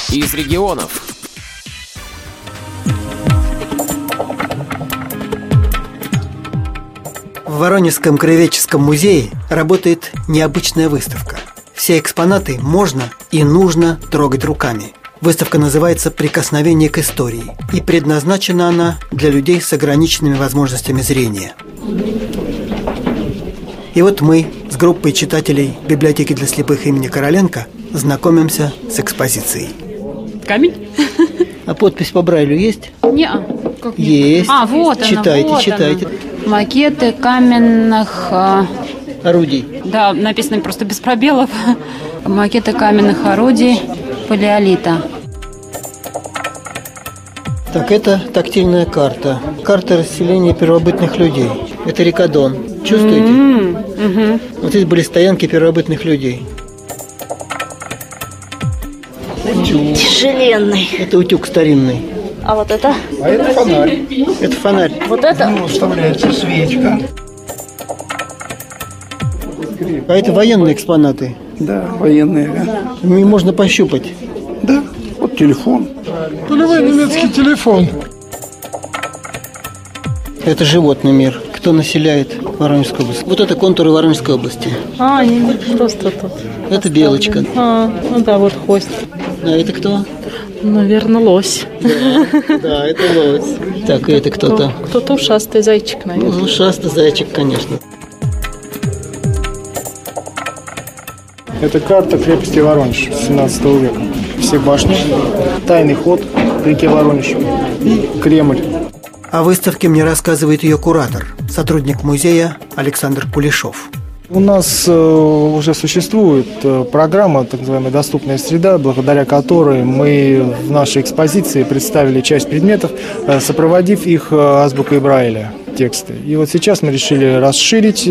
из регионов. В Воронежском краеведческом музее работает необычная выставка. Все экспонаты можно и нужно трогать руками. Выставка называется «Прикосновение к истории», и предназначена она для людей с ограниченными возможностями зрения. И вот мы с группой читателей библиотеки для слепых имени Короленко знакомимся с экспозицией. Камень? А подпись по Брайлю есть? Не-а. Есть. Вот она. Читайте, вот читайте. Она. Макеты каменных... Орудий. Да, написано просто без пробелов. Макеты каменных орудий палеолита. Так, это тактильная карта. Карта расселения первобытных людей. Это река Дон. Чувствуете? Вот здесь были стоянки первобытных людей. Тяжеленный. Это утюг старинный. А вот это? А это фонарь. Это фонарь. Вот это? Вставляется свечка. А это военные экспонаты. Да, военные. Ими можно пощупать. Да, вот телефон. Полевой немецкий телефон. Это животный мир. Кто населяет Воронежскую область? Вот это контуры Воронежской области. Они просто тут. Это белочка. Ну да, вот хвост. А это кто? Наверное, лось. Да, это лось. Так, и это кто-то? Кто-то ушастый зайчик, наверное. Ну, ушастый зайчик, конечно. Это карта крепости Воронеж 17 века. Все башни, тайный ход к реке Воронеж и Кремль. О выставке мне рассказывает ее куратор, сотрудник музея Александр Кулешов. У нас уже существует программа, так называемая «Доступная среда», благодаря которой мы в нашей экспозиции представили часть предметов, сопроводив их азбукой Брайля, тексты. И вот сейчас мы решили расширить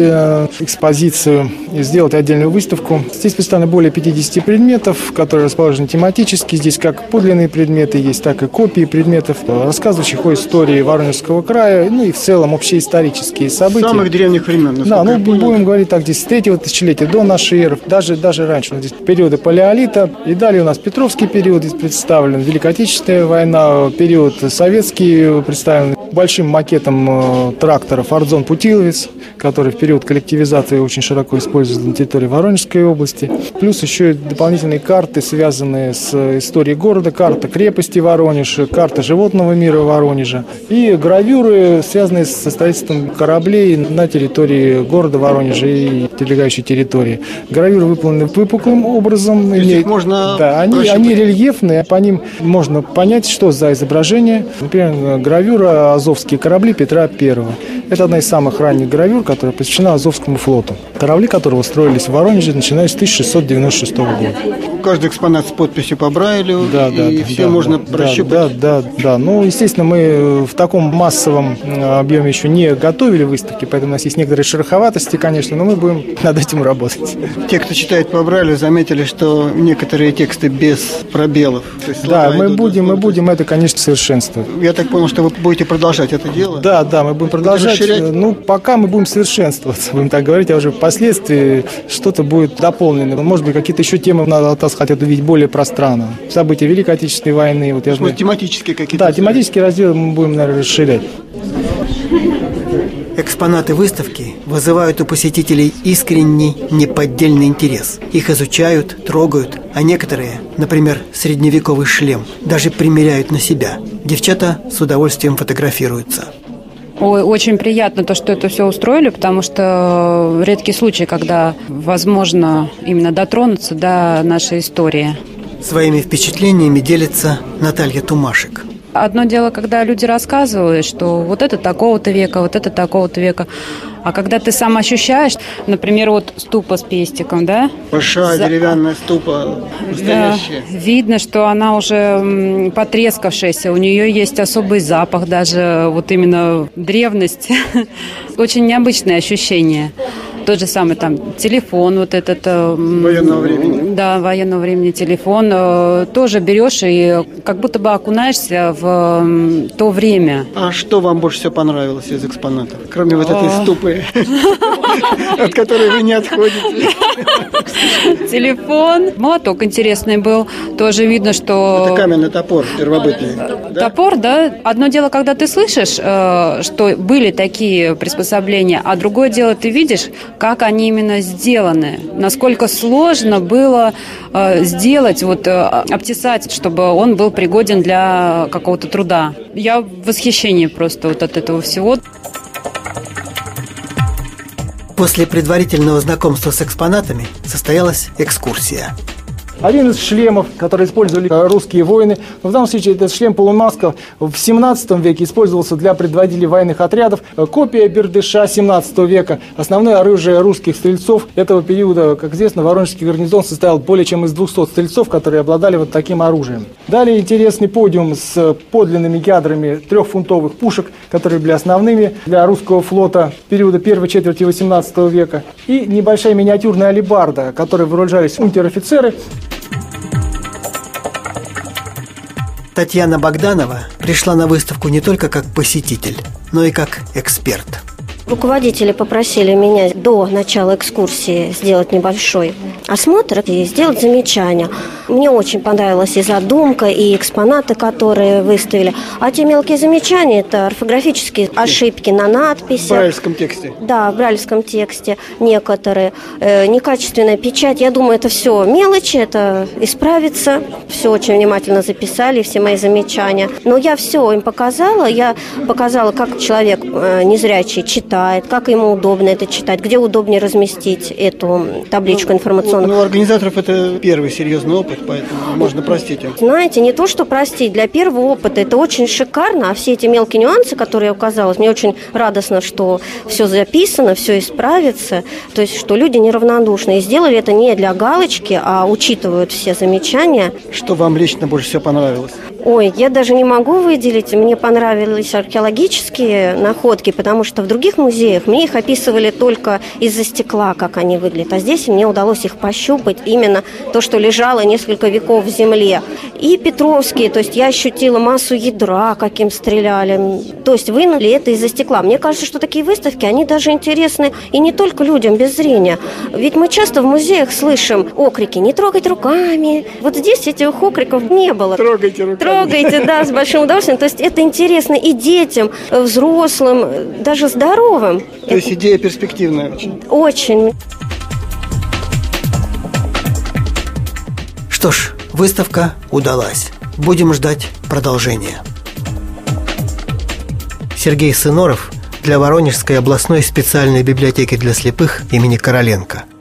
экспозицию и сделать отдельную выставку. Здесь представлено более 50 предметов, которые расположены тематически. Здесь как подлинные предметы есть, так и копии предметов, рассказывающих о истории Воронежского края, ну и в целом общеисторические события. С самых древних времен. Да, ну будем говорить так, здесь с 3-го тысячелетия до нашей эры, даже раньше. Здесь периоды палеолита. И далее у нас Петровский период здесь представлен, Великая Отечественная война, период советский представлен большим макетом трактора «Фордзон Путиловец», который в период коллективизации очень широко используется на территории Воронежской области. Плюс еще дополнительные карты, связанные с историей города, карта крепости Воронеж, карта животного мира Воронежа и гравюры, связанные со строительством кораблей на территории города Воронежа и прилегающей территории. Гравюры выполнены выпуклым образом. Их можно они рельефные, по ним можно понять, что за изображение. Например, гравюра «Азовские корабли Петра I». Это одна из самых ранних гравюр, которая посвящена Азовскому флоту. Корабли которого строились в Воронеже, начиная с 1696 года. Каждый экспонат с подписью по Брайлю, все да, можно прощупать. Да. Ну, естественно, мы в таком массовом объеме еще не готовили выставки, поэтому у нас есть некоторые шероховатости, конечно, но мы будем над этим работать. Те, кто читает по Брайлю, заметили, что некоторые тексты без пробелов. Да, мы будем это, конечно, совершенствовать. Я так понял, что вы будете продолжать это дело? Да, мы будем продолжать. Ну, пока мы будем совершенствоваться, будем так говорить, а уже впоследствии что-то будет дополнено. Может быть, какие-то еще темы от нас хотят увидеть более пространно. События Великой Отечественной войны. Вот тематические какие-то? Да, тематические разделы мы будем, наверное, расширять. Экспонаты выставки вызывают у посетителей искренний, неподдельный интерес. Их изучают, трогают, а некоторые, например, средневековый шлем, даже примеряют на себя. Девчата с удовольствием фотографируются. Ой, очень приятно то, что это все устроили, потому что редкий случай, когда возможно именно дотронуться до нашей истории. Своими впечатлениями делится Наталья Тумашек. Одно дело, когда люди рассказывают, что вот это такого-то века, вот это такого-то века. А когда ты сам ощущаешь, например, вот ступа с пестиком, да? Большая деревянная ступа, настоящая. Да, видно, что она уже потрескавшаяся, у нее есть особый запах, даже вот именно древность. Очень необычное ощущение. Тот же самый там телефон вот этот. Военного времени. Да, военного времени телефон. Тоже берешь и как будто бы окунаешься в то время. А что вам больше всего понравилось из экспонатов? Кроме вот этой ступы, от которой вы не отходите. Телефон. Молоток интересный был. Тоже видно, что... Это каменный топор первобытный. Топор, да. Одно дело, когда ты слышишь, что были такие приспособления, а другое дело, ты видишь, как они именно сделаны. Насколько сложно было сделать, обтесать, чтобы он был пригоден для какого-то труда. Я в восхищении просто от этого всего. После предварительного знакомства с экспонатами состоялась экскурсия. Один из шлемов, который использовали русские воины, в данном случае этот шлем полумаска в 17 веке использовался для предводителей военных отрядов. Копия бердыша 17 века, основное оружие русских стрельцов этого периода. Как известно, Воронежский гарнизон состоял более чем из 200 стрельцов, которые обладали вот таким оружием. Далее интересный подиум с подлинными ядрами 3-фунтовых пушек, которые были основными для русского флота периода первой четверти 18 века. И небольшая миниатюрная алебарда, которой вооружались унтер-офицеры. Татьяна Богданова пришла на выставку не только как посетитель, но и как эксперт. Руководители попросили меня до начала экскурсии сделать небольшой осмотр и сделать замечания. Мне очень понравилась и задумка, и экспонаты, которые выставили. А те мелкие замечания – это орфографические ошибки на надписях. В брайлевском тексте. Да, в брайлевском тексте некоторые. Некачественная печать. Я думаю, это все мелочи, это исправится. Все очень внимательно записали, все мои замечания. Но я все им показала. Я показала, как человек незрячий читает, как ему удобно это читать, где удобнее разместить эту табличку информационную. У организаторов это первый серьезный опыт, поэтому можно простить им. Знаете, не то, что простить, для первого опыта это очень шикарно, а все эти мелкие нюансы, которые я указала, мне очень радостно, что все записано, все исправится, то есть, что люди неравнодушны. И сделали это не для галочки, а учитывают все замечания. Что вам лично больше всего понравилось? Ой, я даже не могу выделить. Мне понравились археологические находки, потому что в других музеях мне их описывали только из-за стекла, как они выглядят. А здесь мне удалось их пощупать, именно то, что лежало несколько веков в земле. И петровские, то есть я ощутила массу ядра, каким стреляли. То есть вынули это из-за стекла. Мне кажется, что такие выставки, они даже интересны и не только людям без зрения. Ведь мы часто в музеях слышим окрики «не трогать руками». Вот здесь этих окриков не было. Трогайте руками. Трогайте, да, с большим удовольствием. То есть это интересно и детям, взрослым, даже здоровым. То есть идея перспективная очень. Очень. Что ж, выставка удалась. Будем ждать продолжения. Сергей Сыноров для Воронежской областной специальной библиотеки для слепых имени Короленко.